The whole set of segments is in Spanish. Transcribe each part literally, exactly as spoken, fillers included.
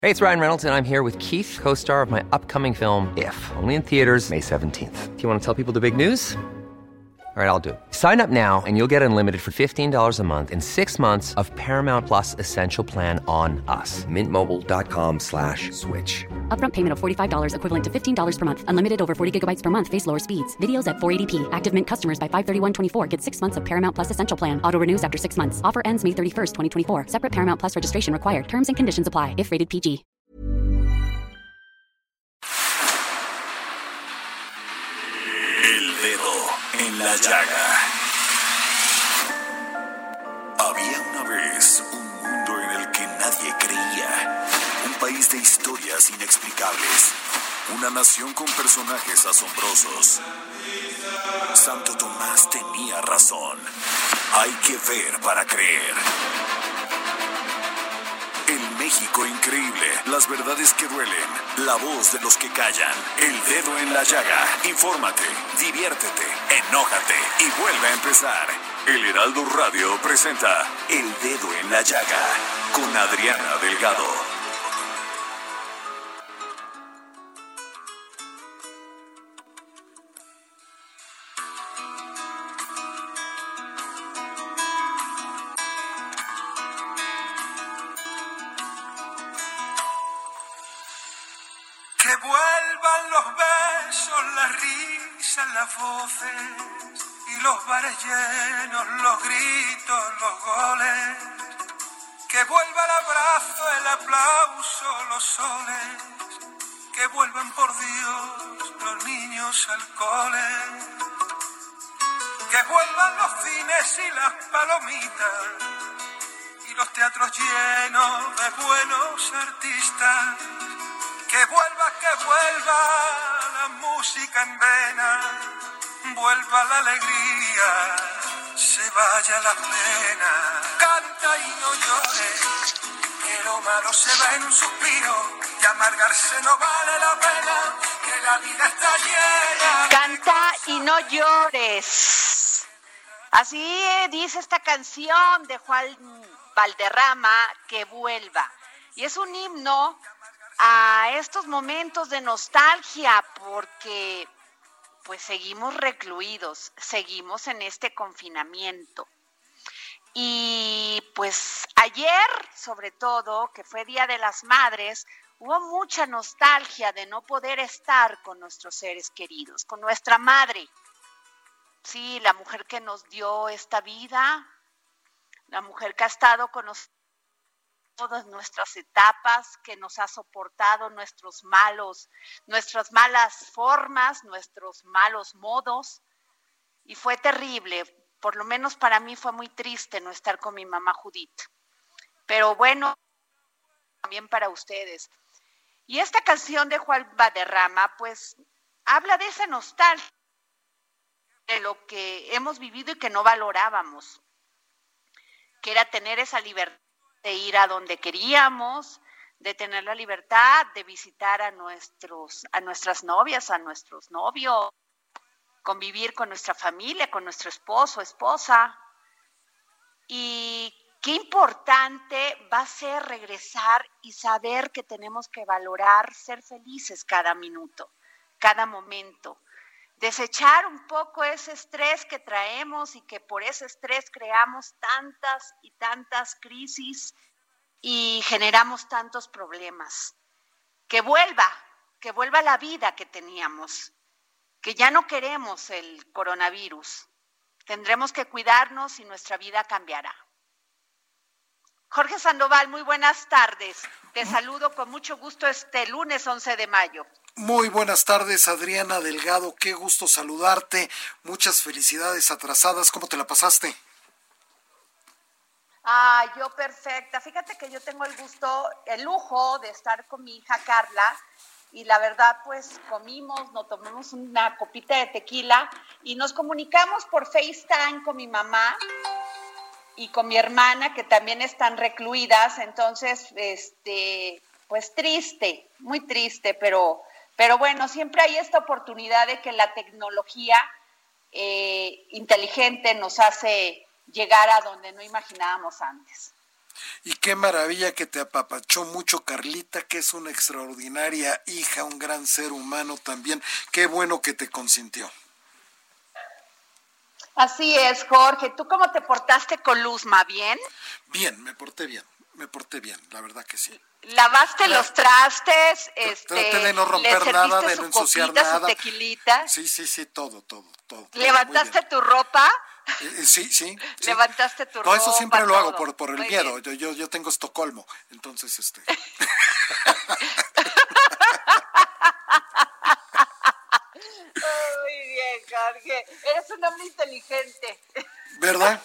Hey, it's Ryan Reynolds, and I'm here with Keith, co-star of my upcoming film, If, only in theaters May seventeenth. Do you want to tell people the big news? All right, I'll do it. Sign up now and you'll get unlimited for fifteen dollars a month and six months of Paramount Plus Essential Plan on us. Mint Mobile dot com slash switch. Upfront payment of forty-five dollars equivalent to fifteen dollars per month. Unlimited over forty gigabytes per month. Face lower speeds. Videos at four eighty p. Active Mint customers by five thirty-one twenty-four get six months of Paramount Plus Essential Plan. Auto renews after six months. Offer ends May thirty-first, twenty twenty-four. Separate Paramount Plus registration required. Terms and conditions apply if rated P G. El dedo en la llaga. Había una vez un mundo en el que nadie creía. Un país de historias inexplicables. Una nación con personajes asombrosos. Santo Tomás tenía razón. Hay que ver para creer. El México increíble, las verdades que duelen, la voz de los que callan, el dedo en la llaga. Infórmate, diviértete, enójate y vuelve a empezar. El Heraldo Radio presenta El Dedo en la Llaga con Adriana Delgado. Que vuelvan los besos, las risas, las voces y los bares llenos, los gritos, los goles. Que vuelva el abrazo, el aplauso, los soles. Que vuelvan por Dios los niños al cole. Que vuelvan los cines y las palomitas y los teatros llenos de buenos artistas. Que vuelva, que vuelva la música en vena, vuelva la alegría, se vaya la pena. Canta y no llores, que lo malo se va en un suspiro, y amargarse no vale la pena, que la vida está llena. Canta y no llores. Así dice esta canción de Juan Valderrama, Que vuelva. Y es un himno a estos momentos de nostalgia, porque pues seguimos recluidos, seguimos en este confinamiento. Y pues ayer, sobre todo, que fue Día de las Madres, hubo mucha nostalgia de no poder estar con nuestros seres queridos, con nuestra madre. Sí, la mujer que nos dio esta vida, la mujer que ha estado con nosotros todas nuestras etapas, que nos ha soportado nuestros malos, nuestras malas formas, nuestros malos modos, y fue terrible. Por lo menos para mí fue muy triste no estar con mi mamá Judith, pero bueno, también para ustedes. Y esta canción de Juan Valderrama pues habla de esa nostalgia, de lo que hemos vivido y que no valorábamos, que era tener esa libertad de ir a donde queríamos, de tener la libertad de visitar a nuestros, a nuestras novias, a nuestros novios, convivir con nuestra familia, con nuestro esposo, esposa. Y qué importante va a ser regresar y saber que tenemos que valorar, ser felices cada minuto, cada momento. Desechar un poco ese estrés que traemos y que por ese estrés creamos tantas y tantas crisis y generamos tantos problemas. Que vuelva, que vuelva la vida que teníamos, que ya no queremos el coronavirus. Tendremos que cuidarnos y nuestra vida cambiará. Jorge Sandoval, muy buenas tardes. Te saludo con mucho gusto este lunes once de mayo. Muy buenas tardes, Adriana Delgado, qué gusto saludarte, muchas felicidades atrasadas, ¿cómo te la pasaste? Ah, yo perfecta, fíjate que yo tengo el gusto, el lujo de estar con mi hija Carla, y la verdad pues comimos, nos tomamos una copita de tequila, y nos comunicamos por FaceTime con mi mamá, y con mi hermana, que también están recluidas, entonces, este, pues triste, muy triste, pero... Pero bueno, siempre hay esta oportunidad de que la tecnología eh, inteligente nos hace llegar a donde no imaginábamos antes. Y qué maravilla que te apapachó mucho Carlita, que es una extraordinaria hija, un gran ser humano también. Qué bueno que te consintió. Así es, Jorge. ¿Tú cómo te portaste con Luzma? ¿Bien? Bien, me porté bien, me porté bien, la verdad que sí. ¿Lavaste Tra- los trastes? Este, traté de no romper nada, de no ensuciar copita, nada. Su tequilita. Sí, sí, sí, todo, todo, todo. ¿Levantaste tu ropa? Eh, sí, sí, sí. ¿Levantaste tu no, ropa? No, eso siempre lo todo. hago por, por el Muy miedo. Yo, yo, yo tengo Estocolmo, entonces este. Muy bien, Jorge. Eres un hombre inteligente. ¿Verdad?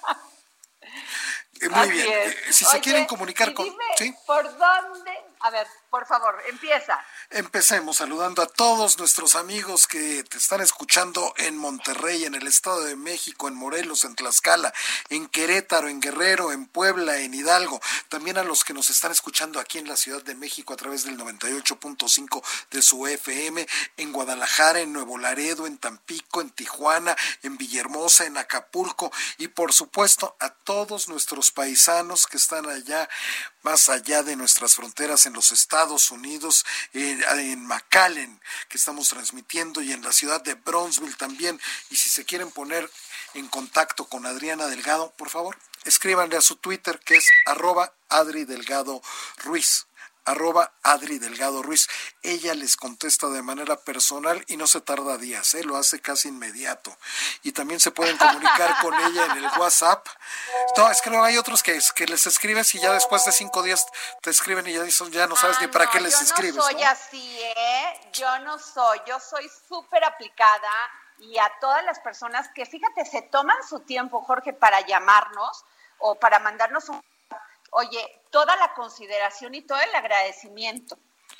Muy Así bien. Es. Si Oye, se quieren comunicar con... Dime, ¿sí? ¿por dónde? A ver, por favor, empieza. Empecemos saludando a todos nuestros amigos que te están escuchando en Monterrey, en el Estado de México, en Morelos, en Tlaxcala, en Querétaro, en Guerrero, en Puebla, en Hidalgo. También a los que nos están escuchando aquí en la Ciudad de México a través del noventa y ocho punto cinco de su F M, en Guadalajara, en Nuevo Laredo, en Tampico, en Tijuana, en Villahermosa, en Acapulco y por supuesto a todos nuestros paisanos que están allá más allá de nuestras fronteras en los Estados Unidos, en, en McAllen, que estamos transmitiendo, y en la ciudad de Brownsville también. Y si se quieren poner en contacto con Adriana Delgado, por favor, escríbanle a su Twitter, que es arroba Adri Delgado Ruiz. arroba Adri Delgado Ruiz. Ella les contesta de manera personal y no se tarda días, ¿eh? Lo hace casi inmediato. Y también se pueden comunicar con ella en el WhatsApp. No, es que no, hay otros que, que les escribes y ya después de cinco días te escriben y ya dicen, ya no sabes ah, ni para no, qué les escribes. Yo no soy ¿no? así, ¿eh? Yo no soy, yo soy súper aplicada y a todas las personas que, fíjate, se toman su tiempo, Jorge, para llamarnos o para mandarnos un... Oye, toda la consideración y todo el agradecimiento.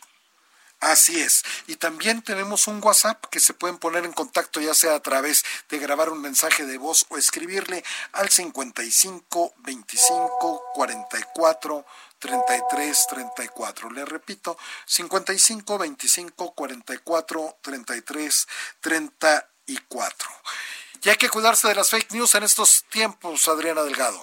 Así es. Y también tenemos un WhatsApp que se pueden poner en contacto, ya sea a través de grabar un mensaje de voz o escribirle al cincuenta y cinco, veinticinco, cuarenta y cuatro, treinta y tres, treinta y cuatro. Le repito, cincuenta y cinco, veinticinco, cuarenta y cuatro, treinta y tres, treinta y cuatro. Y hay que cuidarse de las fake news en estos tiempos, Adriana Delgado.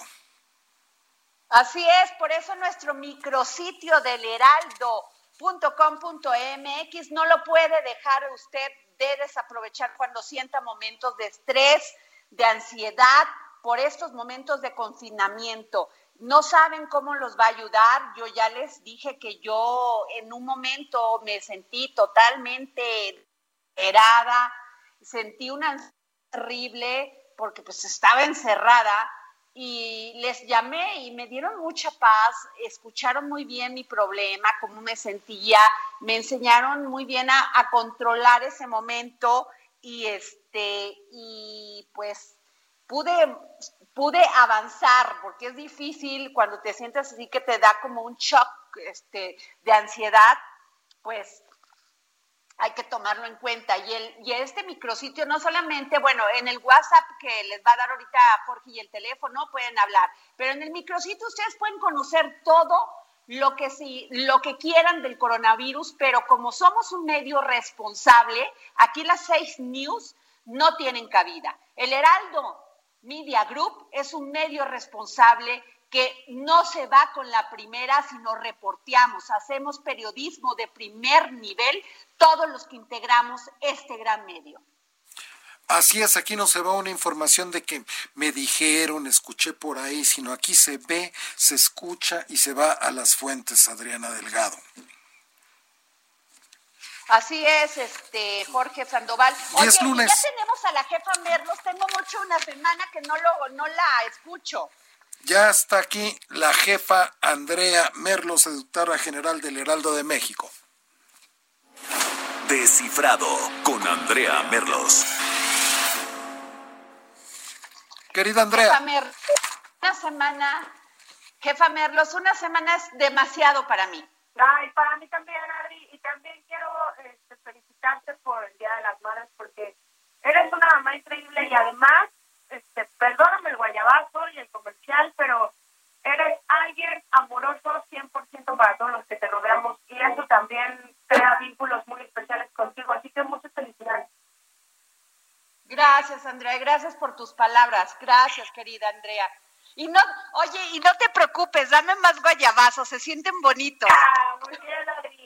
Así es, por eso nuestro micrositio del heraldo punto com punto m x no lo puede dejar usted de desaprovechar cuando sienta momentos de estrés, de ansiedad, por estos momentos de confinamiento. No saben cómo los va a ayudar. Yo ya les dije que yo en un momento me sentí totalmente herada, sentí una ansiedad terrible porque pues estaba encerrada. Y les llamé y me dieron mucha paz, escucharon muy bien mi problema, cómo me sentía, me enseñaron muy bien a, a controlar ese momento y este y pues pude pude avanzar, porque es difícil cuando te sientes así que te da como un shock este de ansiedad, pues hay que tomarlo en cuenta. Y el y este micrositio no solamente, bueno, en el WhatsApp que les va a dar ahorita a Jorge y el teléfono pueden hablar, pero en el micrositio ustedes pueden conocer todo lo que sí, lo que quieran del coronavirus, pero como somos un medio responsable, aquí las fake news no tienen cabida. El Heraldo Media Group es un medio responsable que no se va con la primera, sino reporteamos, hacemos periodismo de primer nivel, todos los que integramos este gran medio. Así es, aquí no se va una información de que me dijeron, escuché por ahí, sino aquí se ve, se escucha y se va a las fuentes, Adriana Delgado. Así es, este Jorge Sandoval. Oye, es lunes. Ya tenemos a la jefa Merlos, tengo mucho una semana que no lo no la escucho. Ya está aquí la jefa Andrea Merlos, directora general del Heraldo de México. Descifrado con Andrea Merlos. Querida Andrea. Jefa Merlos, una semana, jefa Merlos, una semana es demasiado para mí. Ay, para mí también, Adri, y también quiero este, felicitarte por el Día de las Madres, porque eres una mamá increíble y además, este, perdóname el guayabazo y el comercial, pero eres alguien amoroso cien por ciento para todos los que te rodeamos, y eso también crea vínculos muy especiales contigo, así que muchas felicidades. Gracias, Andrea, gracias por tus palabras, gracias, querida Andrea. Y no, Oye, y no te preocupes, dame más guayabazos, se sienten bonitos. Ah, muy bien, Adri.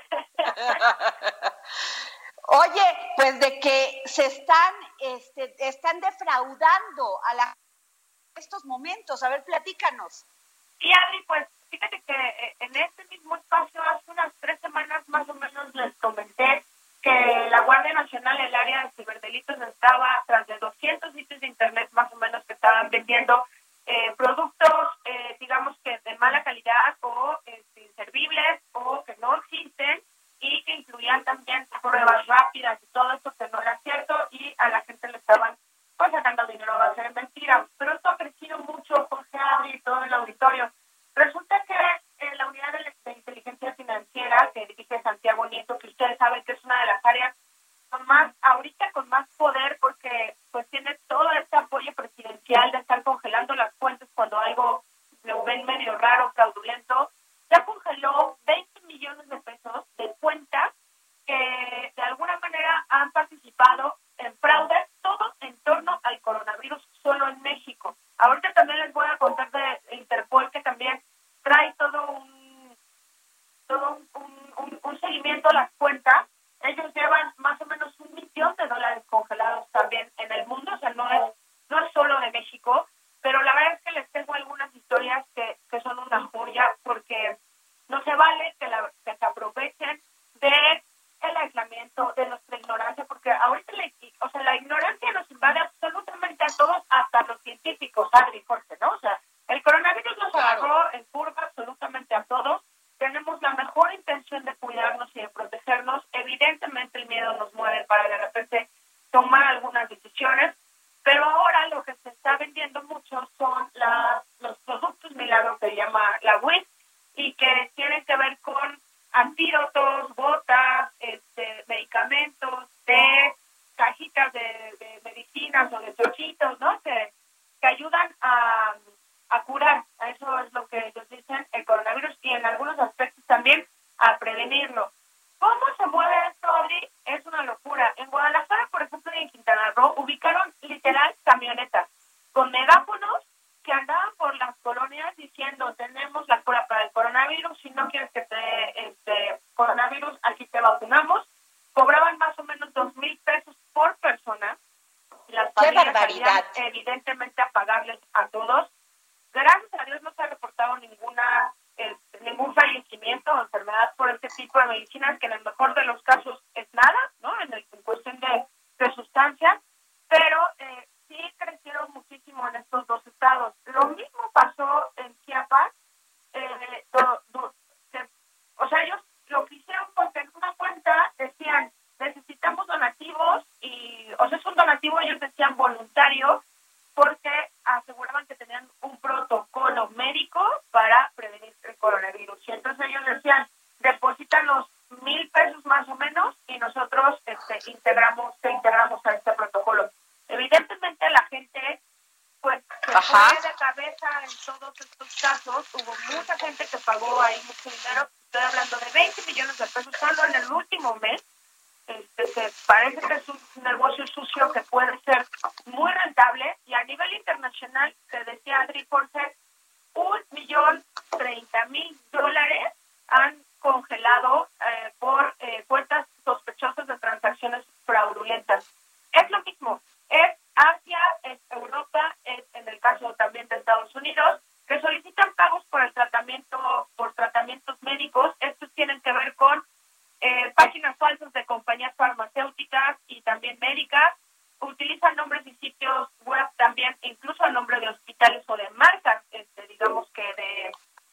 Oye, pues de que se están, este, están defraudando a la en estos momentos. A ver, platícanos. Sí, Adri, pues fíjate que eh, en este mismo espacio hace unas tres semanas más o menos les comenté que la Guardia Nacional, el área de ciberdelitos, estaba tras de doscientos sitios de internet más o menos que estaban vendiendo eh, productos, eh, digamos que de mala calidad o este, inservibles o que no existen y que incluían también pruebas rápidas y todo esto que no era cierto y a la gente le estaban pues sacando dinero a base de mentiras. Pero esto ha crecido mucho, Jorge, Adri y todo el auditorio. Resulta que eh, la unidad de, de inteligencia financiera que dirige Santiago Nieto, que ustedes saben que es una de las áreas con más, ahorita con más poder, porque pues tiene todo este apoyo presidencial de estar congelando las cuentas cuando algo lo ven medio raro, fraudulento, ya congeló veinte millones de pesos de cuentas que de alguna manera han participado en fraude, todo en torno al coronavirus solo en México. Ahorita también les voy a contar de Interpol, que también trae todo un todo un, un, un, un seguimiento a las cuentas. Ellos llevan más o menos un millón de dólares congelados también en el mundo, o sea, no es, no es solo de México, pero la verdad es que les tengo algunas historias que, que son una joya, porque no se vale que, la, que se aprovechen de el aislamiento, de nuestra ignorancia, porque ahorita la, o sea, la ignorancia nos invade absolutamente a todos, hasta los científicos, Adri, Jorge, ¿no? O sea, el coronavirus nos Claro. agarró en curva absolutamente a todos. Tenemos la mejor intención de cuidarnos y de protegernos. Evidentemente el miedo nos mueve para de repente tomar algunas decisiones, pero ahora lo que se está vendiendo mucho son las, los productos milagros que llama la W I C y que tienen que ver con antídotos, botas, este, medicamentos, de cajitas de, de medicinas o de trocitos, ¿no? Que, que ayudan a, a curar. Eso es lo que ellos dicen, el coronavirus, y en algunos aspectos también a prevenirlo. ¿Cómo se mueve esto, Adri? Es una locura. En Guadalajara, por ejemplo, y en Quintana Roo, ubicaron literal camionetas con megáfonos que andaban por las colonias diciendo: tenemos la cura para el coronavirus, si no quieres que te este coronavirus, aquí te vacunamos. Cobraban más o menos dos mil pesos por persona. Las ¡Qué familias barbaridad! salían, evidentemente, a pagarles a todos. Gracias a Dios no se ha reportado ninguna eh, ningún fallecimiento o enfermedad por este tipo de medicinas, que en el mejor de los casos es nada, ¿no? En, el, en cuestión de, de sustancias, pero eh, sí crecieron muchísimo en estos dos estados. Lo mismo pasó en Chiapas. Eh, do, do, de, o sea, ellos lo que hicieron fue que en una cuenta decían: necesitamos donativos, y, o sea, es un donativo, ellos decían voluntario, porque aseguraban que tenían un protocolo médico para prevenir el coronavirus. Y entonces ellos decían: depositan los mil pesos más o menos y nosotros este, integramos, te integramos a este protocolo. Evidentemente la gente pues se Ajá. fue de cabeza en todos estos casos. Hubo mucha gente que pagó ahí mucho dinero. Estoy hablando de veinte millones de pesos solo en el último mes. Este, que parece que es un negocio sucio que puede ser muy rentable, y a nivel internacional, te decía Adri, Jorge, un millón treinta mil dólares han congelado eh, por eh, cuentas sospechosas de transacciones fraudulentas. Es lo mismo, es Asia, es Europa, es en el caso también de Estados Unidos, que solicitan pagos por el tratamiento, por tratamientos médicos. Estos tienen que ver con Eh, páginas falsas de compañías farmacéuticas y también médicas. Utilizan nombres y sitios web también, incluso el nombre de hospitales o de marcas, este, digamos que de,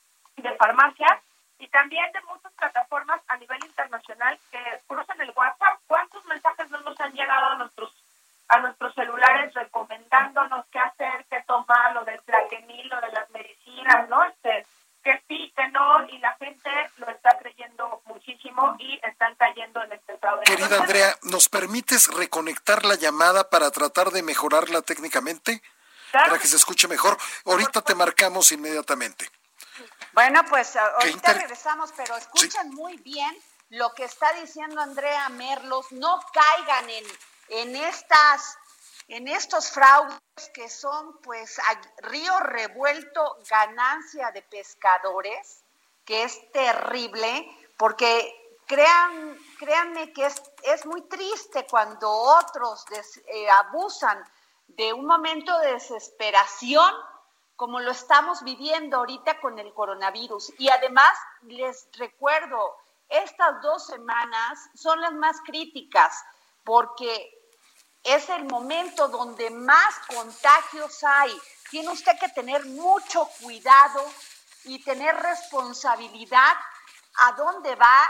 de farmacias, y también de muchas plataformas a nivel internacional que cruzan el WhatsApp. ¿Cuántos mensajes no nos han llegado a nuestros a nuestros celulares recomendándonos qué hacer, qué tomar, lo del plaquenil, lo de las medicinas, ¿no? Este, que sí, que no, y la gente lo está creyendo muchísimo y están cayendo en este fraude. Querida Andrea, ¿nos permites reconectar la llamada para tratar de mejorarla técnicamente? Claro. Para que se escuche mejor. Ahorita te marcamos inmediatamente. Bueno, pues ahorita inter... regresamos, pero escuchen sí. muy bien lo que está diciendo Andrea Merlos. No caigan en, en estas en estos fraudes que son pues a río revuelto, ganancia de pescadores, que es terrible, porque crean, créanme que es, es muy triste cuando otros des, eh, abusan de un momento de desesperación, como lo estamos viviendo ahorita con el coronavirus. Y además, les recuerdo, estas dos semanas son las más críticas, porque es el momento donde más contagios hay. Tiene usted que tener mucho cuidado y tener responsabilidad a dónde va,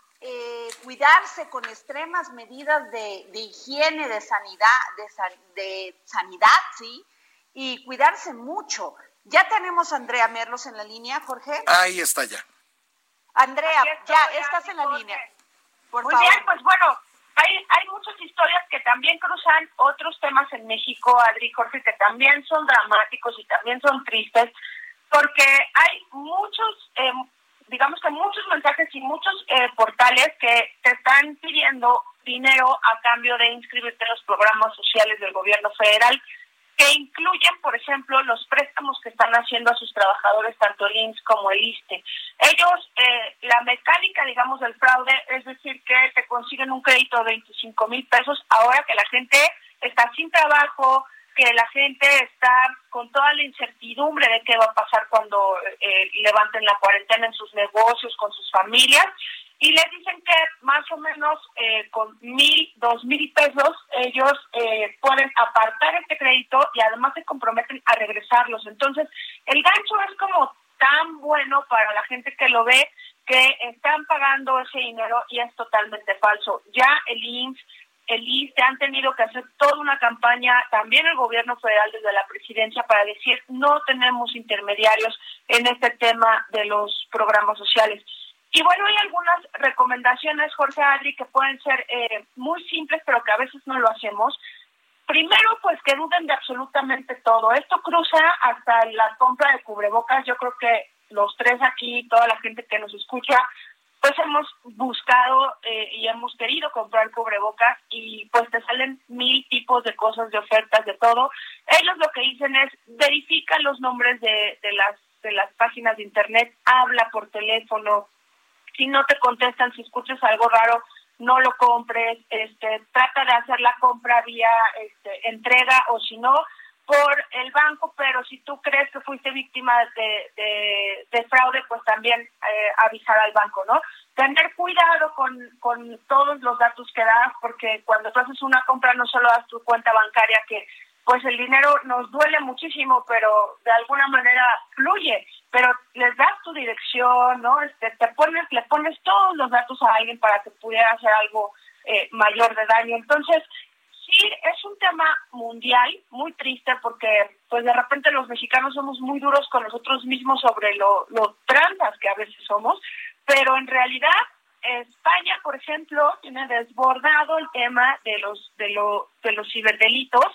eh, cuidarse con extremas medidas de, de higiene, de sanidad, de, san, de sanidad, ¿sí? Y cuidarse mucho. Ya tenemos a Andrea Merlos en la línea, Jorge. Ahí está ya. Andrea, estoy, ya Adri, estás en la Jorge. línea. Por Muy favor. bien, pues bueno, hay, hay muchas historias que también cruzan otros temas en México, Adri, Jorge, que también son dramáticos y también son tristes, porque hay muchos, eh, digamos que muchos mensajes y muchos eh, portales que te están pidiendo dinero a cambio de inscribirte en los programas sociales del gobierno federal, que incluyen, por ejemplo, los préstamos que están haciendo a sus trabajadores, tanto el I M S S como el I S S S T E. Ellos, eh, la mecánica, digamos, del fraude, es decir, que te consiguen un crédito de veinticinco mil pesos ahora que la gente está sin trabajo, que la gente está con toda la incertidumbre de qué va a pasar cuando eh, levanten la cuarentena en sus negocios, con sus familias, y les dicen que más o menos eh, con mil, dos mil pesos ellos eh, pueden apartar este crédito y además se comprometen a regresarlos. Entonces, el gancho es como tan bueno para la gente que lo ve, que están pagando ese dinero y es totalmente falso. Ya el I M S S, el I S S S T E han tenido que hacer toda una campaña, también el gobierno federal desde la presidencia, para decir no tenemos intermediarios en este tema de los programas sociales. Y bueno, hay algunas recomendaciones, Jorge, Adri, que pueden ser eh, muy simples, pero que a veces no lo hacemos. Primero, pues que duden de absolutamente todo. Esto cruza hasta la compra de cubrebocas. Yo creo que los tres aquí, toda la gente que nos escucha, pues hemos buscado eh, y hemos querido comprar cubrebocas y pues te salen mil tipos de cosas, de ofertas, de todo. Ellos lo que dicen es verifica los nombres de, de las de las páginas de internet, habla por teléfono. Si no te contestan, si escuchas algo raro, no lo compres, este, trata de hacer la compra vía este, entrega o si no, por el banco, pero si tú crees que fuiste víctima de, de, de fraude, pues también eh, avisar al banco, ¿no? Tener cuidado con, con todos los datos que das, porque cuando tú haces una compra no solo das tu cuenta bancaria, que pues el dinero nos duele muchísimo, pero de alguna manera fluye, pero les das tu dirección, ¿no? Este, te pones, le pones todos los datos a alguien para que pudiera hacer algo eh, mayor de daño. Entonces, sí, es un tema mundial, muy triste, porque pues de repente los mexicanos somos muy duros con nosotros mismos sobre lo, lo tranzas que a veces somos, pero en realidad España, por ejemplo, tiene desbordado el tema de los de, lo, de los ciberdelitos,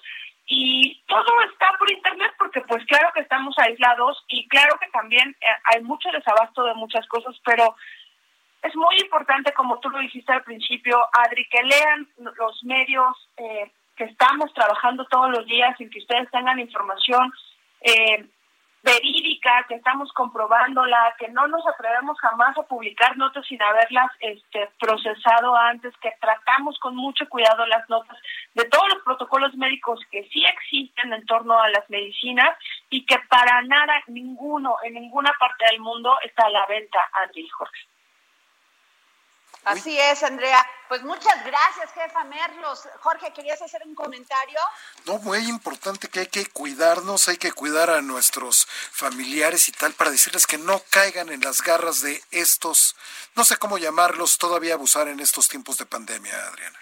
y todo está por internet porque pues claro que estamos aislados y claro que también hay mucho desabasto de muchas cosas, pero es muy importante, como tú lo dijiste al principio, Adri, que lean los medios eh, que estamos trabajando todos los días y que ustedes tengan información eh, verídica, que estamos comprobándola, que no nos atrevemos jamás a publicar notas sin haberlas este, procesado antes, que tratamos con mucho cuidado las notas de todos los protocolos médicos que sí existen en torno a las medicinas y que para nada, ninguno, en ninguna parte del mundo está a la venta, André y Jorge. Así es, Andrea. Pues muchas gracias, jefa Merlos. Jorge, ¿querías hacer un comentario? No, muy importante que hay que cuidarnos, hay que cuidar a nuestros familiares y tal, para decirles que no caigan en las garras de estos, no sé cómo llamarlos, todavía abusar en estos tiempos de pandemia, Adriana.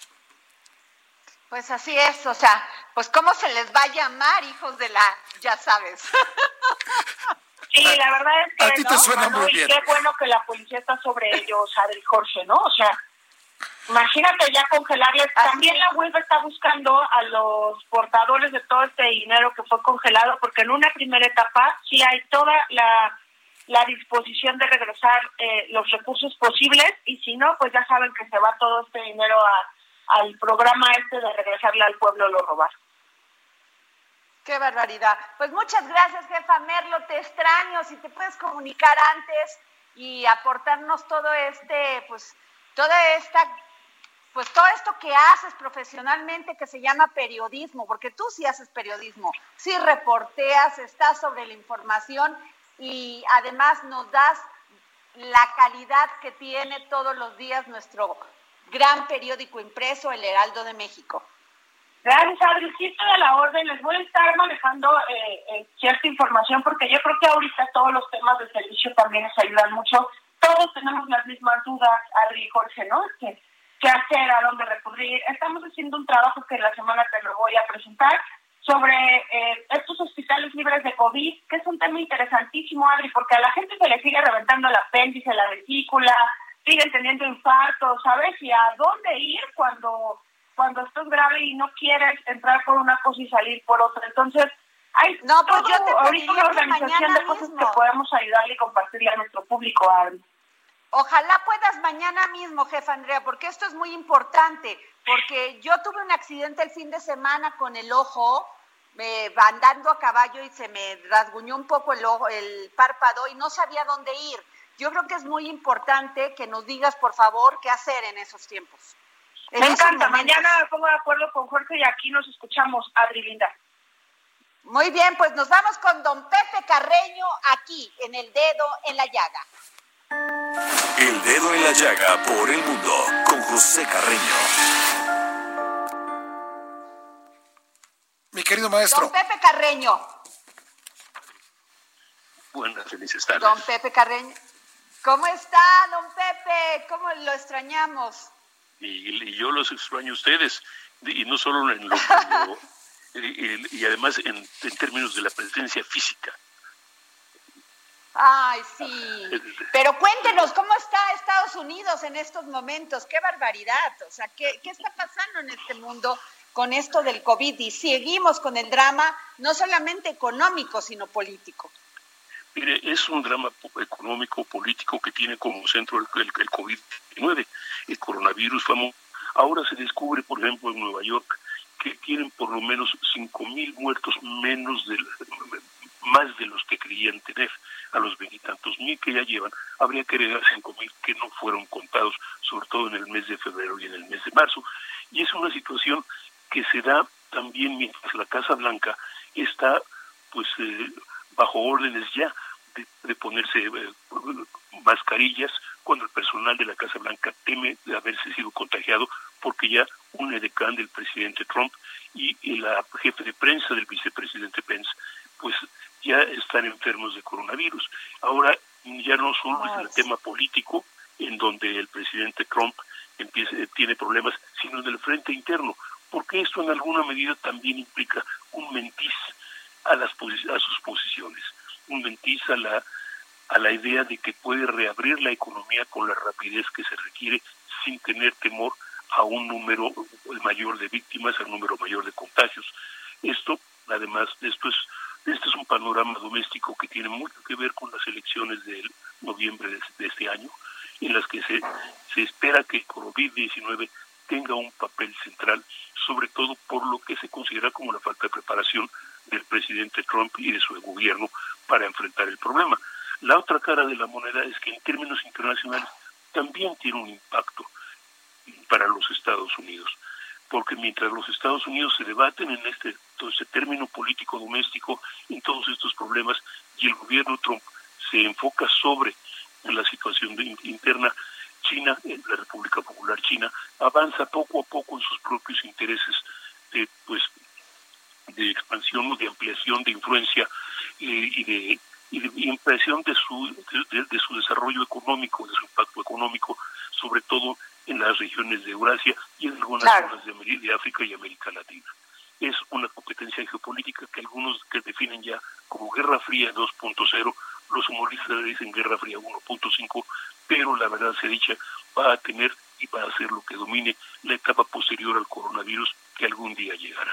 Pues así es, o sea, pues ¿cómo se les va a llamar, hijos de la, ya sabes? Sí, la verdad es que a ti te no, suena no, muy y bien. qué bueno que la policía está sobre ellos, Adri, Jorge, ¿no? O sea, imagínate ya congelarles. Así También es. la U E B está buscando a los portadores de todo este dinero que fue congelado, porque en una primera etapa sí hay toda la, la disposición de regresar eh, los recursos posibles, y si no, pues ya saben que se va todo este dinero a, al programa este de regresarle al pueblo lo robado. Qué barbaridad. Pues muchas gracias, jefa Merlo, te extraño, si te puedes comunicar antes y aportarnos todo este, pues, toda esta, pues todo esto que haces profesionalmente que se llama periodismo, porque tú sí haces periodismo, sí reporteas, estás sobre la información y además nos das la calidad que tiene todos los días nuestro gran periódico impreso, El Heraldo de México. Gracias, Adri. Sí, estoy a la orden. Les voy a estar manejando eh, eh, cierta información porque yo creo que ahorita todos los temas de servicio también nos ayudan mucho. Todos tenemos las mismas dudas, Adri y Jorge, ¿no? ¿Qué, qué hacer? ¿A dónde recurrir? Estamos haciendo un trabajo que la semana te lo voy a presentar sobre eh, estos hospitales libres de COVID, que es un tema interesantísimo, Adri, porque a la gente se le sigue reventando el apéndice, la vesícula, siguen teniendo infartos, ¿sabes? Y a dónde ir cuando... cuando esto es grave y no quieres entrar por una cosa y salir por otra. Entonces, hay no, pues todo, yo te ahorita una organización de cosas mismo. que podemos ayudarle y compartirle a nuestro público, Adri. Ojalá puedas mañana mismo, jefa Andrea, porque esto es muy importante, porque yo tuve un accidente el fin de semana con el ojo, eh, andando a caballo y se me rasguñó un poco el ojo, el párpado y no sabía dónde ir. Yo creo que es muy importante que nos digas, por favor, qué hacer en esos tiempos. Me encanta, mañana me pongo de acuerdo con Jorge y aquí nos escuchamos, Adri Linda. Muy bien, pues nos vamos con don Pepe Carreño aquí en El Dedo en la Llaga. El Dedo en la Llaga por El Mundo con José Carreño. Mi querido maestro. Don Pepe Carreño. Buenas, felices tardes. Don Pepe Carreño. ¿Cómo está, don Pepe? ¿Cómo lo extrañamos? Y, y yo los extraño a ustedes, y no solo en lo, lo y, y además en, en términos de la presencia física. Ay, sí. Pero cuéntenos, ¿cómo está Estados Unidos en estos momentos? ¡Qué barbaridad! O sea, ¿qué, qué está pasando en este mundo con esto del COVID? Y seguimos con el drama, no solamente económico, sino político. Mire, es un drama económico, político que tiene como centro el, el, el COVID diecinueve, el coronavirus famoso. Ahora se descubre, por ejemplo, en Nueva York, que tienen por lo menos cinco mil muertos menos de más de los que creían tener, a los veintitantos mil que ya llevan. Habría que agregar cinco mil que no fueron contados, sobre todo en el mes de febrero y en el mes de marzo. Y es una situación que se da también mientras la Casa Blanca está, pues, eh, bajo órdenes ya de, de ponerse eh, mascarillas cuando el personal de la Casa Blanca teme de haberse sido contagiado, porque ya un edecán del presidente Trump y, y la jefe de prensa del vicepresidente Pence, pues ya están enfermos de coronavirus. Ahora ya no solo es el tema político, en donde el presidente Trump empieza, tiene problemas, sino en el frente interno, porque esto en alguna medida también implica un mentiz a las a sus posiciones, un mentiz a la a la idea de que puede reabrir la economía con la rapidez que se requiere sin tener temor a un número mayor de víctimas, a un número mayor de contagios. Esto, además, esto es este es un panorama doméstico que tiene mucho que ver con las elecciones de noviembre de, de este año, en las que se, se espera que el COVID diecinueve tenga un papel central, sobre todo por lo que se considera como la falta de preparación del presidente Trump y de su gobierno para enfrentar el problema. La otra cara de la moneda es que en términos internacionales también tiene un impacto para los Estados Unidos, porque mientras los Estados Unidos se debaten en este, todo este término político doméstico, en todos estos problemas, y el gobierno Trump se enfoca sobre la situación de, interna, China, en la República Popular China, avanza poco a poco en sus propios intereses de, pues, de expansión o de ampliación de influencia eh, y de y de impresión de su de, de su desarrollo económico, de su impacto económico, sobre todo en las regiones de Eurasia y en algunas claro. zonas de, de África y América Latina. Es una competencia geopolítica que algunos que definen ya como Guerra Fría dos punto cero, los humoristas dicen Guerra Fría uno punto cinco, pero la verdad sea dicha, va a tener y va a ser lo que domine la etapa posterior al coronavirus que algún día llegará.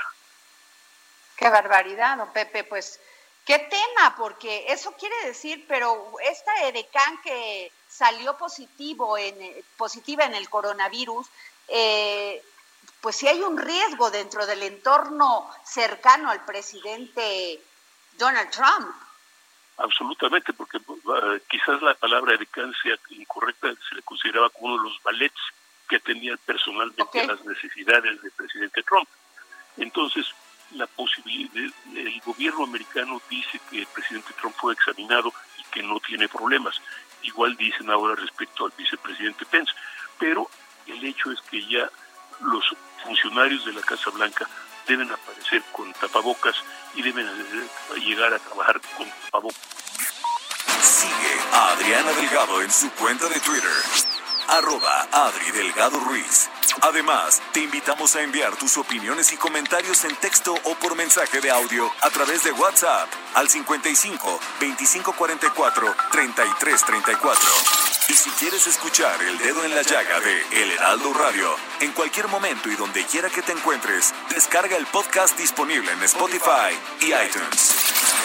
Qué barbaridad, don Pepe, pues qué tema, porque eso quiere decir, pero esta edecán que salió positivo en positiva en el coronavirus, eh, pues sí hay un riesgo dentro del entorno cercano al presidente Donald Trump. Absolutamente, porque uh, quizás la palabra edecán sea incorrecta, se le consideraba como uno de los ballets que atendían personalmente okay. a las necesidades del presidente Trump. Entonces, la posibilidad, el gobierno americano dice que el presidente Trump fue examinado y que no tiene problemas. Igual dicen ahora respecto al vicepresidente Pence, pero el hecho es que ya los funcionarios de la Casa Blanca deben aparecer con tapabocas y deben llegar a trabajar con tapabocas. Sigue a Adriana Delgado en su cuenta de Twitter, arroba Adri Delgado Ruiz. Además, te invitamos a enviar tus opiniones y comentarios en texto o por mensaje de audio a través de WhatsApp al cincuenta y cinco, veinticinco cuarenta y cuatro, treinta y tres treinta y cuatro. Y si quieres escuchar El Dedo en la Llaga de El Heraldo Radio, en cualquier momento y donde quiera que te encuentres, descarga el podcast disponible en Spotify y iTunes.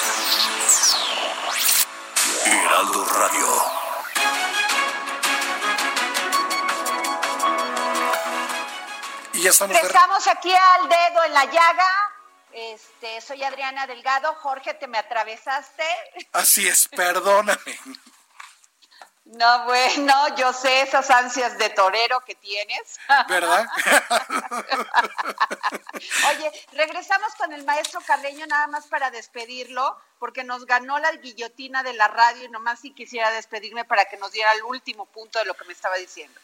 Heraldo Radio. Y ya estamos, estamos aquí al Dedo en la Llaga. Este, soy Adriana Delgado. Jorge, te me atravesaste. Así es, perdóname. No, bueno, yo sé esas ansias de torero que tienes. ¿Verdad? Oye, regresamos con el maestro Carreño nada más para despedirlo, porque nos ganó la guillotina de la radio y nomás si quisiera despedirme para que nos diera el último punto de lo que me estaba diciendo.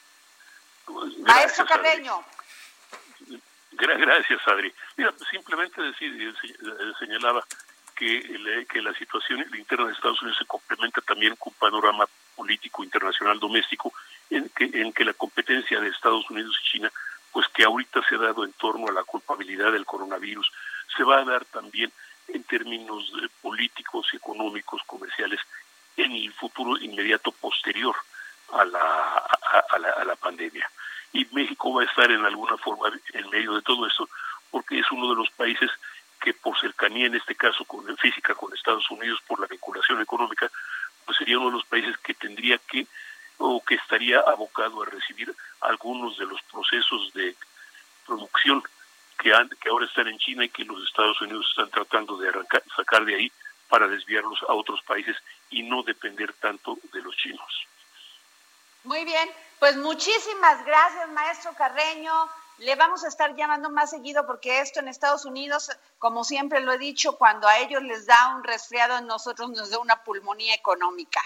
Pues, maestro Carreño. Adri. Gracias, Adri. Mira, simplemente decir, señalaba que, que la situación interna de Estados Unidos se complementa también con un panorama político internacional doméstico en que, en que la competencia de Estados Unidos y China, pues que ahorita se ha dado en torno a la culpabilidad del coronavirus, se va a dar también en términos de políticos, económicos, comerciales, en el futuro inmediato posterior a la, a, a la, a la pandemia. Y México va a estar en alguna forma en medio de todo esto, porque es uno de los países que por cercanía, en este caso con física con Estados Unidos, por la vinculación económica, pues sería uno de los países que tendría que, o que estaría abocado a recibir algunos de los procesos de producción que, han, que ahora están en China y que los Estados Unidos están tratando de arrancar, sacar de ahí para desviarlos a otros países y no depender tanto de los chinos. Muy bien, pues muchísimas gracias, maestro Carreño. Le vamos a estar llamando más seguido porque esto en Estados Unidos, como siempre lo he dicho, cuando a ellos les da un resfriado, a nosotros nos da una pulmonía económica.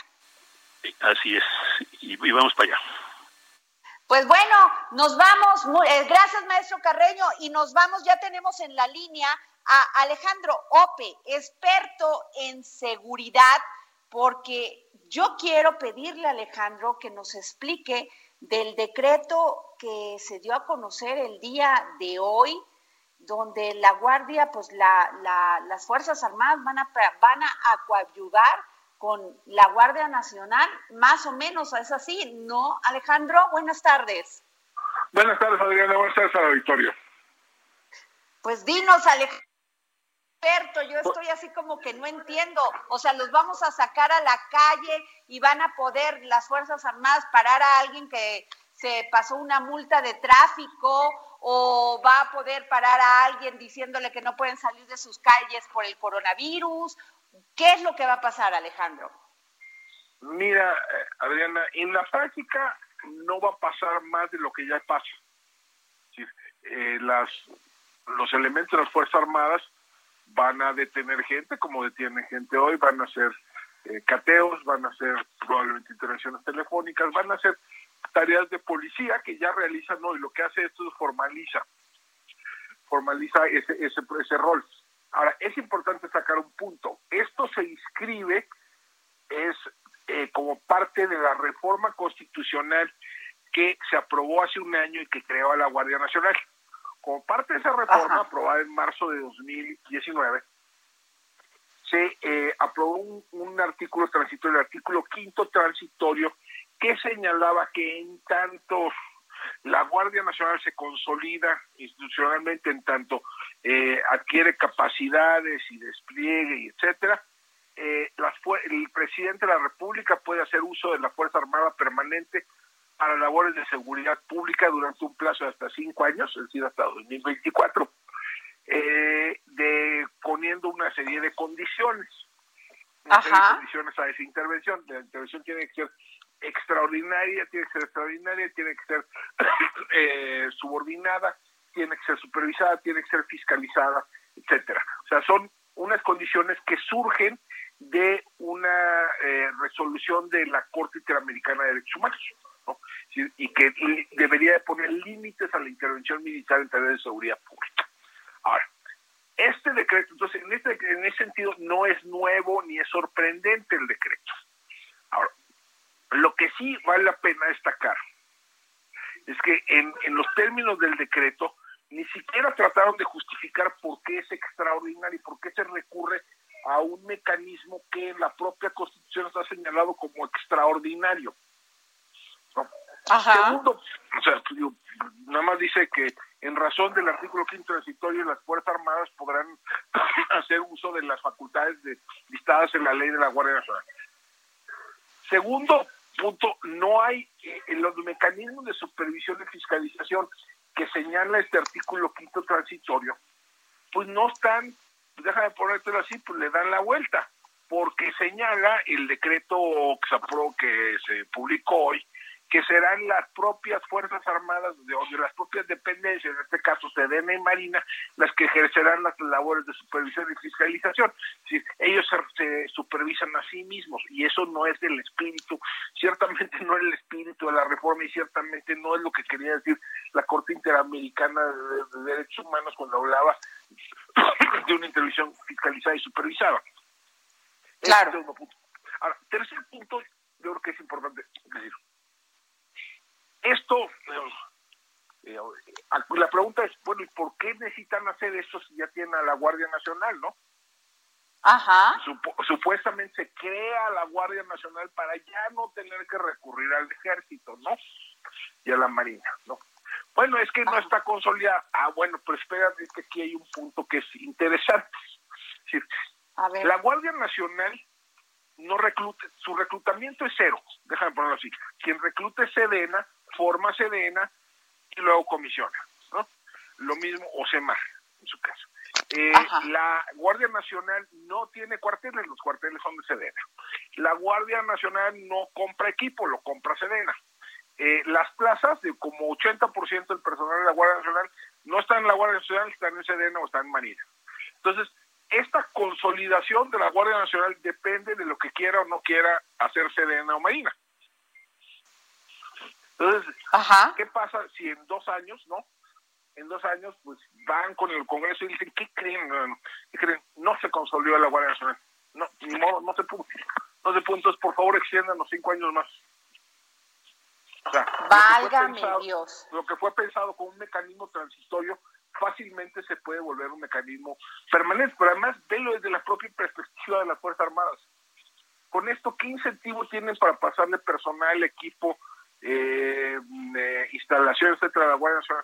Así es, y, y vamos para allá. Pues bueno, nos vamos, muy, eh, gracias maestro Carreño, y nos vamos, ya tenemos en la línea a Alejandro Ope, experto en seguridad, porque yo quiero pedirle a Alejandro que nos explique del decreto que se dio a conocer el día de hoy, donde la Guardia, pues la, la, las Fuerzas Armadas van a, van a coadyuvar con la Guardia Nacional, más o menos, ¿es así? ¿No, Alejandro? Buenas tardes. Buenas tardes, Adriana, buenas tardes al auditorio. Pues dinos, Alejandro, experto, yo estoy así como que no entiendo, o sea, los vamos a sacar a la calle y van a poder las Fuerzas Armadas parar a alguien que se pasó una multa de tráfico, o va a poder parar a alguien diciéndole que no pueden salir de sus calles por el coronavirus. ¿Qué es lo que va a pasar, Alejandro? Mira, Adriana, en la práctica no va a pasar más de lo que ya pasa. Sí, eh, las, los elementos de las Fuerzas Armadas van a detener gente, como detienen gente hoy, van a hacer eh, cateos, van a hacer probablemente intervenciones telefónicas, van a hacer tareas de policía que ya realizan hoy. Lo que hace esto es formaliza, formaliza ese, ese, ese rol. Ahora, es importante sacar un punto. Esto se inscribe, es eh, como parte de la reforma constitucional que se aprobó hace un año y que creó a la Guardia Nacional. Como parte de esa reforma, Ajá. aprobada en marzo de dos mil diecinueve, se eh, aprobó un, un artículo transitorio, el artículo quinto transitorio, que señalaba que en tanto la Guardia Nacional se consolida institucionalmente, en tanto eh, adquiere capacidades y despliegue, y etcétera, eh, las, el presidente de la República puede hacer uso de la Fuerza Armada permanente para labores de seguridad pública durante un plazo de hasta cinco años, es decir, hasta dos mil veinticuatro, eh, de poniendo una serie de condiciones, una serie de condiciones a esa intervención. La intervención tiene que ser extraordinaria, tiene que ser extraordinaria, tiene que ser eh, subordinada, tiene que ser supervisada, tiene que ser fiscalizada, etcétera. O sea, son unas condiciones que surgen de una eh, resolución de la Corte Interamericana de Derechos Humanos, ¿no? Y que debería de poner límites a la intervención militar en tareas de seguridad pública. Ahora, este decreto, entonces, en, este, en ese sentido, no es nuevo ni es sorprendente el decreto. Ahora, lo que sí vale la pena destacar es que en, en los términos del decreto ni siquiera trataron de justificar por qué es extraordinario y por qué se recurre a un mecanismo que en la propia Constitución está señalado como extraordinario, ¿no? Ajá. Segundo, o sea, digo, nada más dice que en razón del artículo quinto transitorio las Fuerzas Armadas podrán hacer uso de las facultades de, listadas en la ley de la Guardia Nacional. Segundo punto, no hay eh, en los mecanismos de supervisión y fiscalización que señala este artículo quinto transitorio, pues no están, déjame ponértelo así, pues le dan la vuelta, porque señala el decreto que se aprobó, que se publicó hoy, que serán las propias Fuerzas Armadas de, de las propias dependencias, en este caso Sedena y Marina, las que ejercerán las labores de supervisión y fiscalización. Es decir, ellos se, se supervisan a sí mismos, y eso no es el espíritu, ciertamente no es el espíritu de la reforma, y ciertamente no es lo que quería decir la Corte Interamericana de, de Derechos Humanos cuando hablaba de una intervención fiscalizada y supervisada. Claro. Este es punto. Ahora, tercer punto, yo creo que es importante decir. Esto, eh, la pregunta es, bueno, ¿y por qué necesitan hacer esto si ya tienen a la Guardia Nacional, no? Ajá. Supo, supuestamente se crea la Guardia Nacional para ya no tener que recurrir al Ejército, ¿no? Y a la Marina, ¿no? Bueno, es que no Ajá. está consolidada. Ah, bueno, pero espérate, es que aquí hay un punto que es interesante. Es decir, a ver. La Guardia Nacional no recluta, su reclutamiento es cero, déjame ponerlo así. Quien recluta es Sedena, forma Sedena y luego comisiona, ¿no? Lo mismo Osemar, en su caso. Eh, la Guardia Nacional no tiene cuarteles, los cuarteles son de Sedena. La Guardia Nacional no compra equipo, lo compra Sedena. Eh, las plazas, de como ochenta por ciento del personal de la Guardia Nacional, no están en la Guardia Nacional, están en Sedena o están en Marina. Entonces, esta consolidación de la Guardia Nacional depende de lo que quiera o no quiera hacer Sedena o Marina. Entonces, Ajá. ¿qué pasa si en dos años, no? En dos años, pues van con el Congreso y dicen, ¿qué creen? ¿Qué creen? No se consolidó la Guardia Nacional. No, ni modo, no se pudo. No se pudo, entonces, por favor, extiendan los cinco años más. O sea, válgame lo que pensado, Dios. Lo que fue pensado como un mecanismo transitorio fácilmente se puede volver un mecanismo permanente, pero además velo desde la propia perspectiva de las Fuerzas Armadas. Con esto, ¿qué incentivo tienen para pasarle personal, equipo, eh, eh, instalaciones, etcétera, a la Guardia Nacional?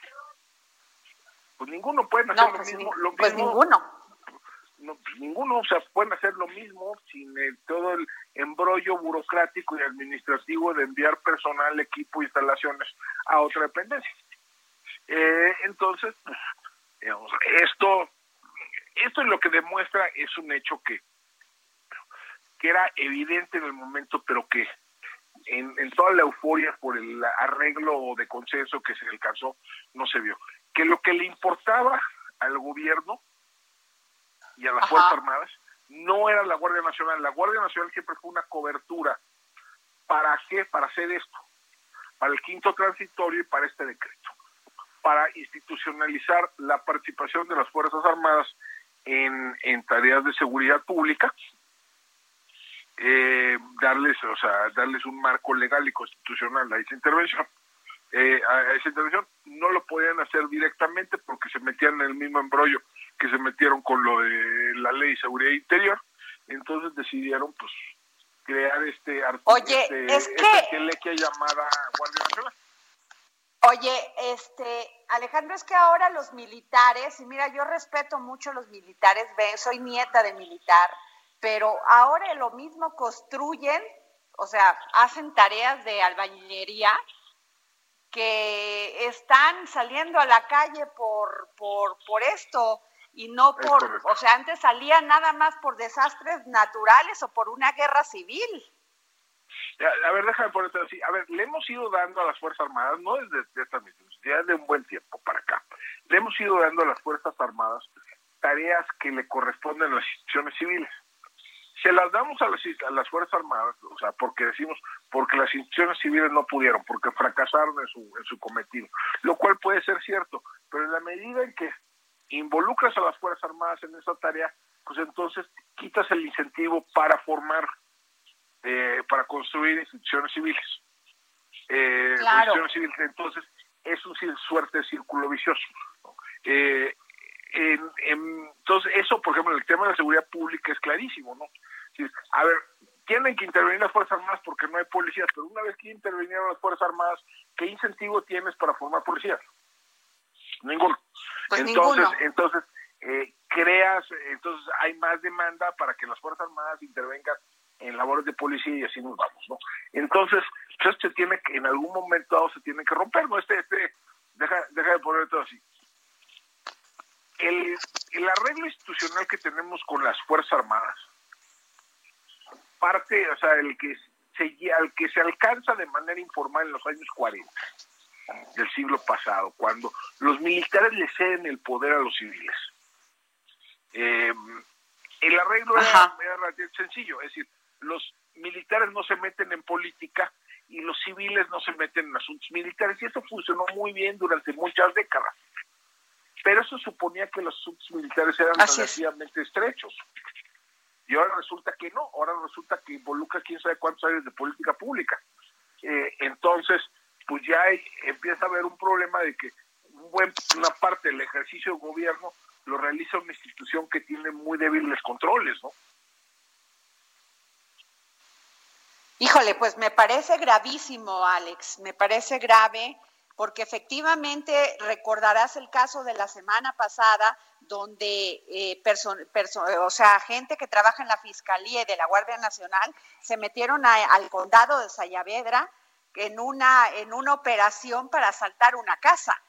Pues ninguno, pueden hacer no, lo pues mismo. Ni, lo pues mismo, ninguno. No, ninguno, o sea, pueden hacer lo mismo sin el, todo el embrollo burocrático y administrativo de enviar personal, equipo, instalaciones a otra dependencia. Eh, entonces, pues, digamos, esto, esto es lo que demuestra, es un hecho que, que era evidente en el momento, pero que en, en toda la euforia por el arreglo de consenso que se alcanzó, no se vio. Que lo que le importaba al gobierno y a las Ajá. Fuerzas Armadas no era la Guardia Nacional. La Guardia Nacional siempre fue una cobertura. ¿Para qué? Para hacer esto. Para el quinto transitorio y para este decreto. Para institucionalizar la participación de las Fuerzas Armadas en, en tareas de seguridad pública, eh, darles, o sea, darles un marco legal y constitucional a esa intervención. Eh, a esa intervención no lo podían hacer directamente porque se metían en el mismo embrollo que se metieron con lo de la Ley de Seguridad Interior. Entonces decidieron, pues, crear este artículo, Oye, este, es que... esta telequia llamada Guardia Nacional. Oye, este, Alejandro, es que ahora los militares, y mira, yo respeto mucho a los militares, ve, soy nieta de militar, pero ahora lo mismo construyen, o sea, hacen tareas de albañilería, que están saliendo a la calle por, por, por esto y no por, o sea, antes salían nada más por desastres naturales o por una guerra civil. A ver, déjame ponerte así. A ver, le hemos ido dando a las Fuerzas Armadas, no desde de esta misión, ya de un buen tiempo para acá, le hemos ido dando a las Fuerzas Armadas tareas que le corresponden a las instituciones civiles. Se las damos a las, a las Fuerzas Armadas, o sea, porque decimos, porque las instituciones civiles no pudieron, porque fracasaron en su, en su cometido, lo cual puede ser cierto, pero en la medida en que involucras a las Fuerzas Armadas en esa tarea, pues entonces quitas el incentivo para formar, eh, para construir instituciones civiles. Eh, claro. Instituciones civiles, entonces es un suerte de círculo vicioso. Eh, en, en, entonces eso, por ejemplo, en el tema de la seguridad pública es clarísimo, ¿no? A ver, tienen que intervenir las Fuerzas Armadas porque no hay policías, pero una vez que intervinieron las Fuerzas Armadas, ¿qué incentivo tienes para formar policías? Ninguno. Pues entonces, ninguno. entonces eh, creas, entonces hay más demanda para que las Fuerzas Armadas intervengan en labores de policía y así nos vamos, ¿no? Entonces, pues esto se tiene que, en algún momento dado se tiene que romper, ¿no? Este, este, deja, deja de poner todo así. El, el arreglo institucional que tenemos con las Fuerzas Armadas, parte, o sea, el que se, al que se alcanza de manera informal en los años cuarenta del siglo pasado, cuando los militares le ceden el poder a los civiles. Eh, el arreglo era, era relativamente sencillo, es decir, los militares no se meten en política y los civiles no se meten en asuntos militares, y eso funcionó muy bien durante muchas décadas. Pero eso suponía que los asuntos militares eran Así relativamente es. estrechos. Y ahora resulta que no, ahora resulta que involucra quién sabe cuántos años de política pública. Eh, entonces, pues ya hay, empieza a haber un problema de que un buen, una parte del ejercicio de gobierno lo realiza una institución que tiene muy débiles controles, ¿no? Híjole, pues me parece gravísimo, Alex, me parece grave, porque efectivamente recordarás el caso de la semana pasada, donde eh, perso- perso- o sea, gente que trabaja en la Fiscalía y de la Guardia Nacional se metieron a, al condado de Sayavedra en una en una operación para asaltar una casa.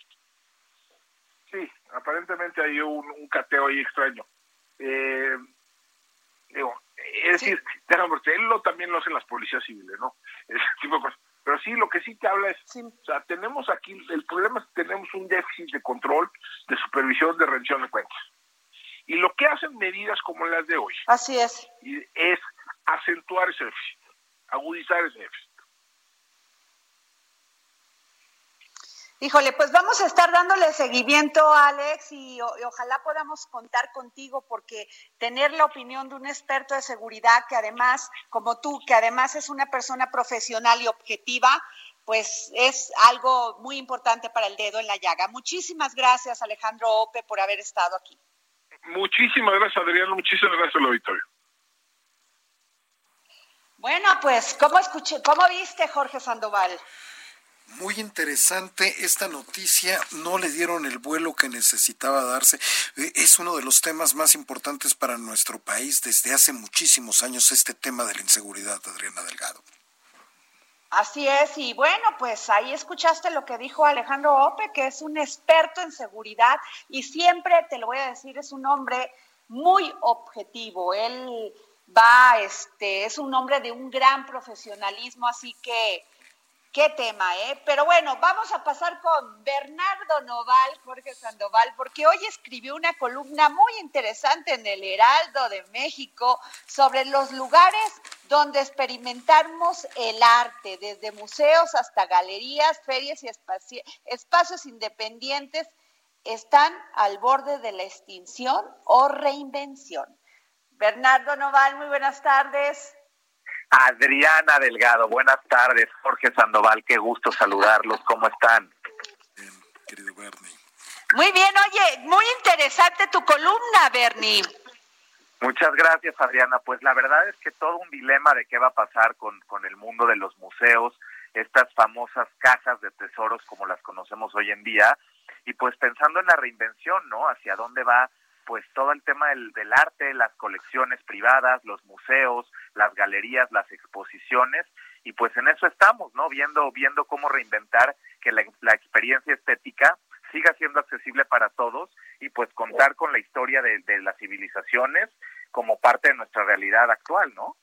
Sí, aparentemente hay un, un cateo ahí extraño. Eh, digo, es sí. decir, déjame ver, él lo, también lo hacen las policías civiles, ¿no? Ese tipo de cosas. Pero sí, lo que sí te habla es, sí. o sea, tenemos aquí, el problema es que tenemos un déficit de control, de supervisión, de rendición de cuentas. Y lo que hacen medidas como las de hoy, así es, es acentuar ese déficit, agudizar ese déficit. Híjole, pues vamos a estar dándole seguimiento, Alex, y, o, y ojalá podamos contar contigo, porque tener la opinión de un experto de seguridad que además, como tú, que además es una persona profesional y objetiva, pues es algo muy importante para el dedo en la llaga. Muchísimas gracias, Alejandro Ope, por haber estado aquí. Muchísimas gracias, Adriano, muchísimas gracias al auditorio. Bueno, pues, ¿cómo escuché, cómo viste, Jorge Sandoval? Muy interesante esta noticia, no le dieron el vuelo que necesitaba darse. Es uno de los temas más importantes para nuestro país desde hace muchísimos años, este tema de la inseguridad, Adriana Delgado. Así es, y bueno, pues ahí escuchaste lo que dijo Alejandro Ope, que es un experto en seguridad y siempre, te lo voy a decir, es un hombre muy objetivo. Él va, este, es un hombre de un gran profesionalismo, así que qué tema, ¿eh? Pero bueno, vamos a pasar con Bernardo Noval, Jorge Sandoval, porque hoy escribió una columna muy interesante en el Heraldo de México sobre los lugares donde experimentamos el arte, desde museos hasta galerías, ferias y espaci- espacios independientes, están al borde de la extinción o reinvención. Bernardo Noval, muy buenas tardes. Adriana Delgado, buenas tardes. Jorge Sandoval, qué gusto saludarlos. ¿Cómo están? Bien, querido Bernie. Muy bien, oye, muy interesante tu columna, Bernie. Muchas gracias, Adriana. Pues la verdad es que todo un dilema de qué va a pasar con, con el mundo de los museos, estas famosas cajas de tesoros como las conocemos hoy en día, y pues pensando en la reinvención, ¿no? Hacia dónde va pues todo el tema del, del arte, las colecciones privadas, los museos, las galerías, las exposiciones, y pues en eso estamos, ¿no? Viendo, viendo cómo reinventar que la, la experiencia estética siga siendo accesible para todos y pues contar con la historia de, de las civilizaciones como parte de nuestra realidad actual, ¿no?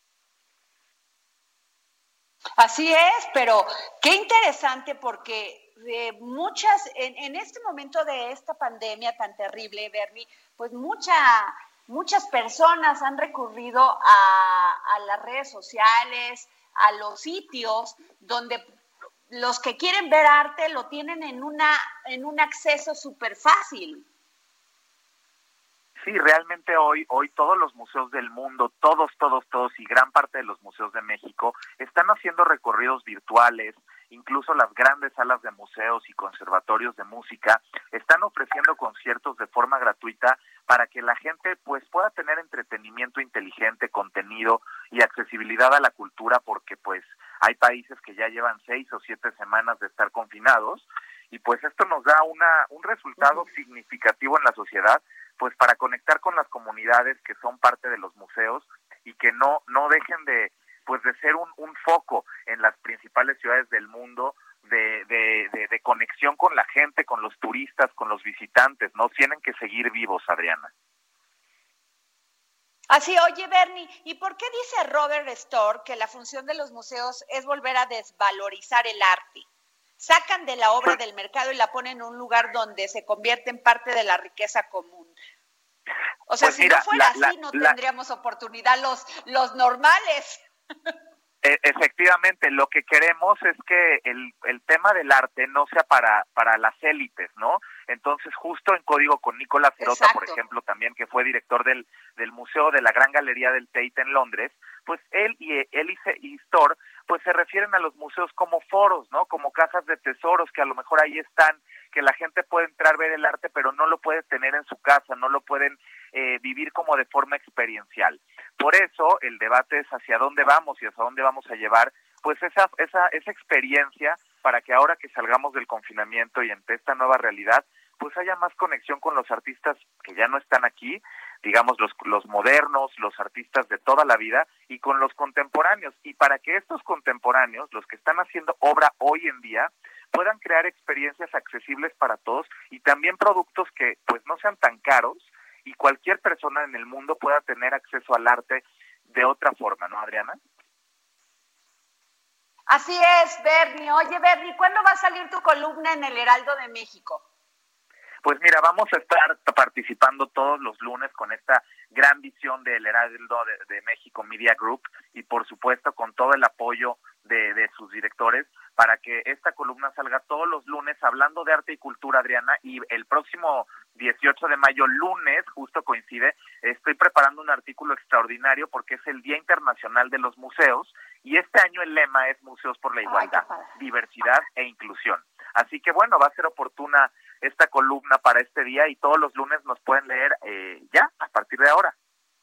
Así es, pero qué interesante porque de muchas, en, en este momento de esta pandemia tan terrible, Bernie, pues mucha, muchas personas han recurrido a, a las redes sociales, a los sitios donde los que quieren ver arte lo tienen en una, en un acceso súper fácil. Sí, realmente hoy, hoy todos los museos del mundo, todos, todos, todos y gran parte de los museos de México están haciendo recorridos virtuales, incluso las grandes salas de museos y conservatorios de música están ofreciendo conciertos de forma gratuita para que la gente pues pueda tener entretenimiento inteligente, contenido y accesibilidad a la cultura, porque pues hay países que ya llevan seis o siete semanas de estar confinados y pues esto nos da una un resultado uh-huh. significativo en la sociedad, pues para conectar con las comunidades que son parte de los museos y que no no dejen de pues de ser un, un foco en las principales ciudades del mundo de, de, de, de conexión con la gente, con los turistas, con los visitantes, ¿no? Tienen que seguir vivos, Adriana. Así, oye, Bernie, ¿y por qué dice Robert Storr que la función de los museos es volver a desvalorizar el arte? Sacan de la obra del mercado y la ponen en un lugar donde se convierte en parte de la riqueza común. O sea, pues si mira, no fuera la, así, la, no la, tendríamos oportunidad los, los normales. Efectivamente, lo que queremos es que el, el tema del arte no sea para, para las élites, ¿no? Entonces, justo en Código con Nicolás Serota, por ejemplo, también, que fue director del, del Museo de la Gran Galería del Tate en Londres, pues él y él y Storr, pues se refieren a los museos como foros, ¿no? Como cajas de tesoros que a lo mejor ahí están, que la gente puede entrar, ver el arte, pero no lo puede tener en su casa, no lo pueden eh, vivir como de forma experiencial. Por eso el debate es hacia dónde vamos y hacia dónde vamos a llevar pues esa esa esa experiencia para que ahora que salgamos del confinamiento y ante esta nueva realidad, pues haya más conexión con los artistas que ya no están aquí, digamos los los modernos, los artistas de toda la vida y con los contemporáneos, y para que estos contemporáneos, los que están haciendo obra hoy en día, puedan crear experiencias accesibles para todos y también productos que pues no sean tan caros y cualquier persona en el mundo pueda tener acceso al arte de otra forma, ¿no, Adriana? Así es, Bernie. Oye, Bernie, ¿cuándo va a salir tu columna en el Heraldo de México? Pues mira, vamos a estar participando todos los lunes con esta gran visión del Heraldo de, de México Media Group y por supuesto con todo el apoyo de, de sus directores para que esta columna salga todos los lunes hablando de arte y cultura, Adriana, y el próximo dieciocho de mayo, lunes, justo coincide, estoy preparando un artículo extraordinario porque es el Día Internacional de los Museos y este año el lema es Museos por la Igualdad, Ay, Diversidad e Inclusión. Así que bueno, va a ser oportuna esta columna para este día y todos los lunes nos pueden leer eh, ya, a partir de ahora.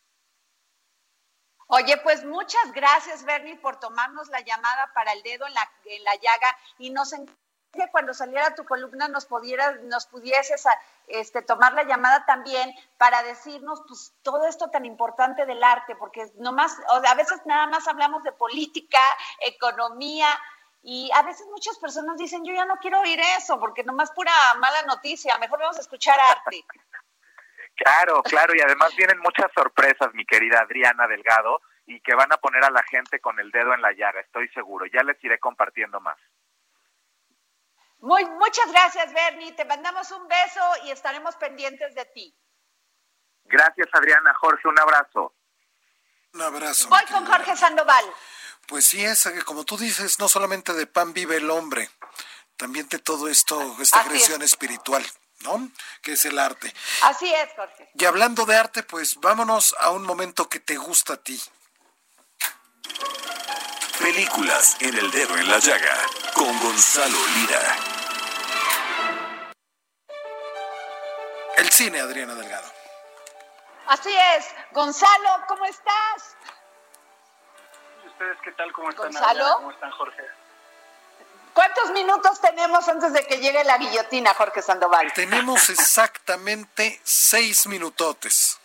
Oye, pues muchas gracias, Bernie, por tomarnos la llamada para el dedo en la, en la llaga y nos encantaría que cuando saliera tu columna nos pudiera, nos pudieses a, este, tomar la llamada también para decirnos pues todo esto tan importante del arte, porque nomás, o sea, a veces nada más hablamos de política, economía, y a veces muchas personas dicen, yo ya no quiero oír eso, porque nomás pura mala noticia, mejor vamos a escuchar arte. Claro, claro, y además vienen muchas sorpresas, mi querida Adriana Delgado, y que van a poner a la gente con el dedo en la llaga, estoy seguro. Ya les iré compartiendo más. Muy, muchas gracias, Bernie. Te mandamos un beso y estaremos pendientes de ti. Gracias, Adriana. Jorge, un abrazo. Un abrazo. Voy con Jorge Sandoval. Pues sí, es que como tú dices, no solamente de pan vive el hombre, también de todo esto, esta Así creación es. espiritual, ¿no? Que es el arte. Así es, Jorge. Y hablando de arte, pues vámonos a un momento que te gusta a ti. Películas en el dedo en la llaga con Gonzalo Lira. El cine, Adriana Delgado. Así es. Gonzalo, ¿cómo estás? ¿Y ustedes qué tal? ¿Cómo están? Gonzalo. Adriana? ¿Cómo están, Jorge? ¿Cuántos minutos tenemos antes de que llegue la guillotina, Jorge Sandoval? Tenemos exactamente seis minutotes.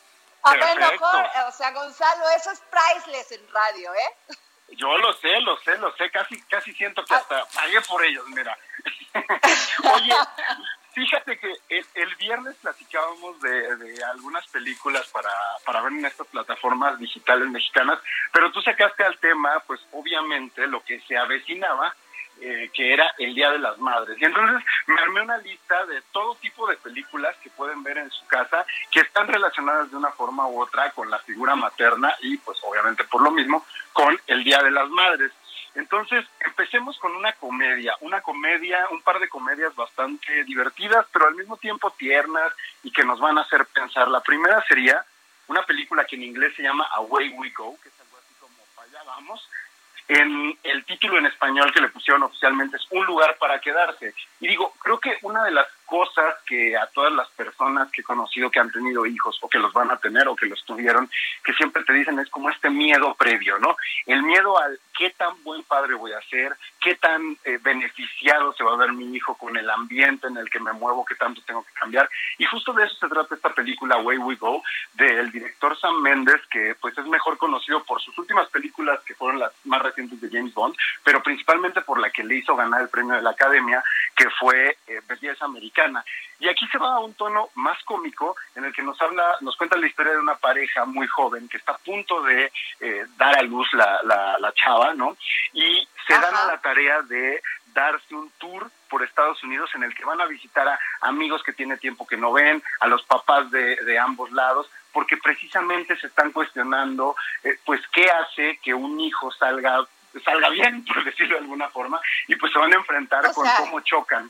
Ah, bueno, Jorge, o sea, Gonzalo, eso es priceless en radio, ¿eh? Yo lo sé, lo sé, lo sé, casi casi siento que hasta pagué por ellos, mira. Oye, fíjate que el, el viernes platicábamos de, de algunas películas para, para ver en estas plataformas digitales mexicanas, pero tú sacaste al tema, pues obviamente, lo que se avecinaba, eh, que era el Día de las Madres. Y entonces me armé una lista de todo tipo de películas que pueden ver en su casa, que están relacionadas de una forma u otra con la figura materna y, pues obviamente por lo mismo, con el Día de las Madres. Entonces, empecemos con una comedia, una comedia, un par de comedias bastante divertidas, pero al mismo tiempo tiernas y que nos van a hacer pensar. La primera sería una película que en inglés se llama Away We Go, que es algo así como para allá vamos. En el título en español que le pusieron oficialmente es Un lugar para quedarse. Y digo, creo que una de las cosas que a todas las personas que he conocido que han tenido hijos o que los van a tener o que los tuvieron, que siempre te dicen es como este miedo previo, ¿no? El miedo al qué tan buen padre voy a ser, qué tan eh, beneficiado se va a ver mi hijo con el ambiente en el que me muevo, qué tanto tengo que cambiar. Y justo de eso se trata esta película Away We Go, del director Sam Mendes, que pues es mejor conocido por sus últimas películas, que fueron las más recientes de James Bond, pero principalmente por la que le hizo ganar el premio de la Academia, que fue eh, Belleza Americana. Y aquí se va a un tono más cómico en el que nos habla, nos cuenta la historia de una pareja muy joven que está a punto de eh, dar a luz la, la, la chava, ¿no? Y se Ajá. dan a la tarea de darse un tour por Estados Unidos en el que van a visitar a amigos que tiene tiempo que no ven, a los papás de, de ambos lados, porque precisamente se están cuestionando, eh, pues, qué hace que un hijo salga salga bien, por decirlo de alguna forma, y pues se van a enfrentar o con sea, cómo chocan.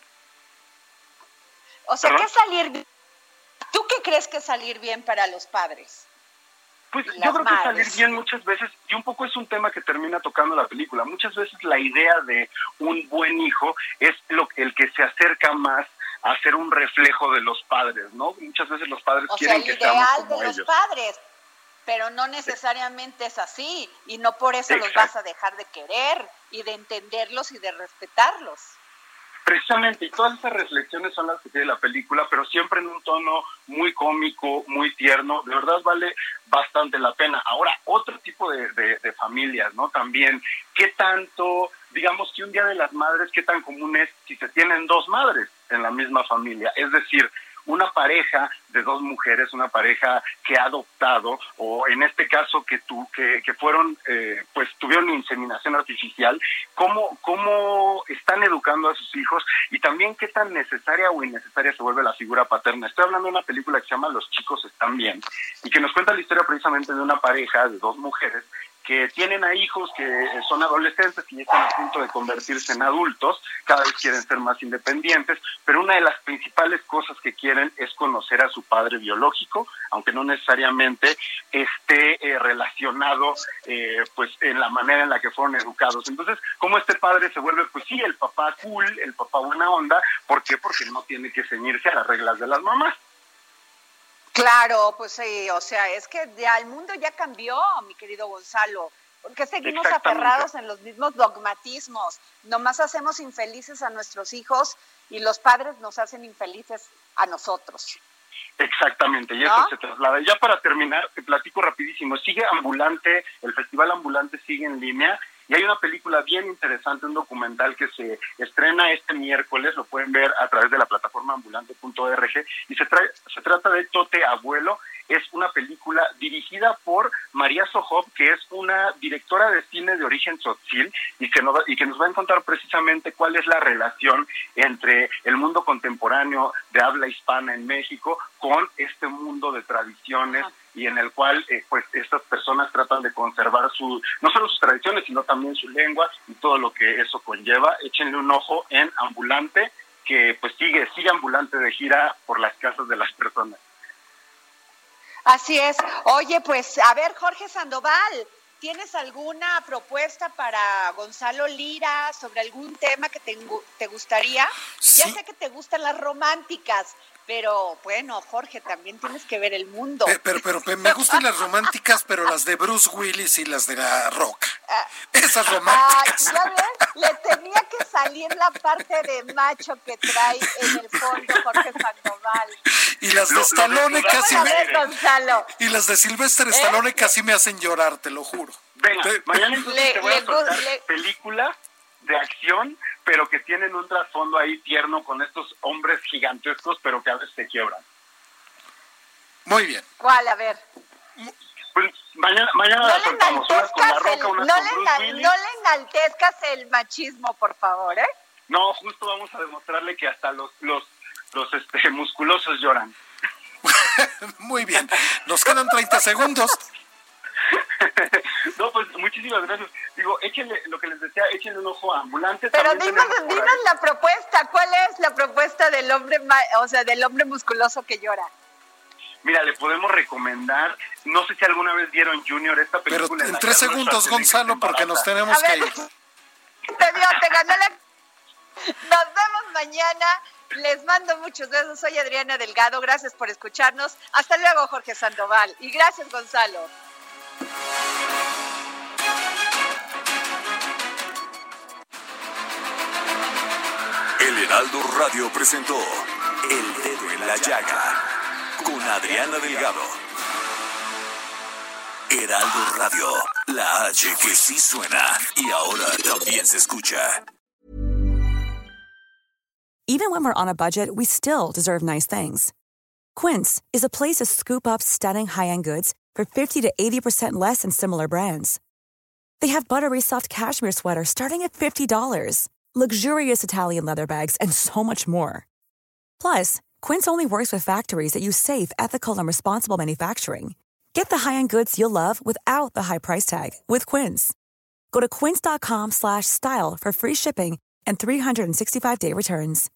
O sea, ¿qué salir bien? ¿Tú qué crees que es salir bien para los padres? Pues yo creo madres. que salir bien muchas veces, y un poco es un tema que termina tocando la película, muchas veces la idea de un buen hijo es lo el que se acerca más a ser un reflejo de los padres, ¿no? Muchas veces los padres o quieren sea, que seamos como de ellos. Los padres, pero no necesariamente es así, y no por eso Exacto. los vas a dejar de querer, y de entenderlos y de respetarlos. Precisamente, y todas esas reflexiones son las que tiene la película, pero siempre en un tono muy cómico, muy tierno, de verdad vale bastante la pena. Ahora, otro tipo de, de, de familias, ¿no? También, ¿qué tanto, digamos que un Día de las Madres, qué tan común es si se tienen dos madres en la misma familia? Es decir, una pareja de dos mujeres, una pareja que ha adoptado, o en este caso que tu, que, que fueron, eh, pues tuvieron inseminación artificial, ¿cómo, cómo están educando a sus hijos? Y también qué tan necesaria o innecesaria se vuelve la figura paterna. Estoy hablando de una película que se llama Los chicos están bien, y que nos cuenta la historia precisamente de una pareja de dos mujeres que tienen a hijos que son adolescentes, que ya están a punto de convertirse en adultos, cada vez quieren ser más independientes, pero una de las principales cosas que quieren es conocer a su padre biológico, aunque no necesariamente esté eh, relacionado eh, pues en la manera en la que fueron educados. Entonces, ¿cómo este padre se vuelve, pues sí, el papá cool, el papá buena onda? ¿Por qué? Porque no tiene que ceñirse a las reglas de las mamás. Claro, pues sí, o sea, es que ya el mundo ya cambió, mi querido Gonzalo, porque seguimos aferrados en los mismos dogmatismos, nomás hacemos infelices a nuestros hijos y los padres nos hacen infelices a nosotros. Exactamente, y ¿no? Eso se traslada. Ya para terminar, te platico rapidísimo, sigue Ambulante, el Festival Ambulante sigue en línea, y hay una película bien interesante, un documental que se estrena este miércoles, lo pueden ver a través de la plataforma ambulante punto org, y se, trae, se trata de Tote Abuelo. Es una película dirigida por María Sojob, que es una directora de cine de origen tzotzil, y que, nos, y que nos va a contar precisamente cuál es la relación entre el mundo contemporáneo de habla hispana en México con este mundo de tradiciones, Ajá. y en el cual eh, pues estas personas tratan de conservar su no solo sus tradiciones, sino también su lengua y todo lo que eso conlleva. Échenle un ojo en Ambulante, que pues sigue, sigue ambulante de gira por las casas de las personas. Así es. Oye, pues, a ver, Jorge Sandoval, ¿tienes alguna propuesta para Gonzalo Lira sobre algún tema que te, te gustaría? Sí. Ya sé que te gustan las románticas, Pero bueno, Jorge, también tienes que ver el mundo. Eh, pero, pero, pero me gustan las románticas, pero las de Bruce Willis y las de La Roca. Esas románticas. Ay, ya ves, le tenía que salir la parte de macho que trae en el fondo Jorge Sandoval. Y las de Stallone casi me... Ver, Gonzalo. Y las de Sylvester ¿Eh? Stallone casi me hacen llorar, te lo juro. Venga, te... mañana entonces le, te voy a soltar le... películas de acción, pero que tienen un trasfondo ahí tierno con estos hombres gigantescos, pero que a veces se quiebran. Muy bien. ¿Cuál? A ver. Pues mañana, mañana no la soltamos, unas con La Roca, el, unas no con le Bruce enal, Willis. No le enaltezcas el machismo, por favor, ¿eh? No, justo vamos a demostrarle que hasta los los los este musculosos lloran. Muy bien. Nos quedan treinta segundos. No, pues muchísimas gracias. Digo, échenle, lo que les decía, échenle un ojo a Ambulante. Pero dinos, dinos la propuesta. ¿Cuál es la propuesta del hombre, o sea, del hombre musculoso que llora? Mira, le podemos recomendar, no sé si alguna vez vieron Junior esta película. Pero en tres segundos, Gonzalo, porque nos tenemos a que ver, ir. Te dio, te ganó la... Nos vemos mañana. Les mando muchos besos. Soy Adriana Delgado. Gracias por escucharnos. Hasta luego, Jorge Sandoval. Y gracias, Gonzalo. El Heraldo Radio presentó El Dedo en la Llaga con Adriana Delgado. Heraldo Radio, la H que sí suena y ahora también se escucha. Even when we're on a budget, we still deserve nice things. Quince is a place to scoop up stunning high-end goods for fifty to eighty percent less than similar brands. They have buttery soft cashmere sweaters starting at fifty dollars, luxurious Italian leather bags, and so much more. Plus, Quince only works with factories that use safe, ethical, and responsible manufacturing. Get the high-end goods you'll love without the high price tag with Quince. Go to quince.com slash style for free shipping and three sixty-five day returns.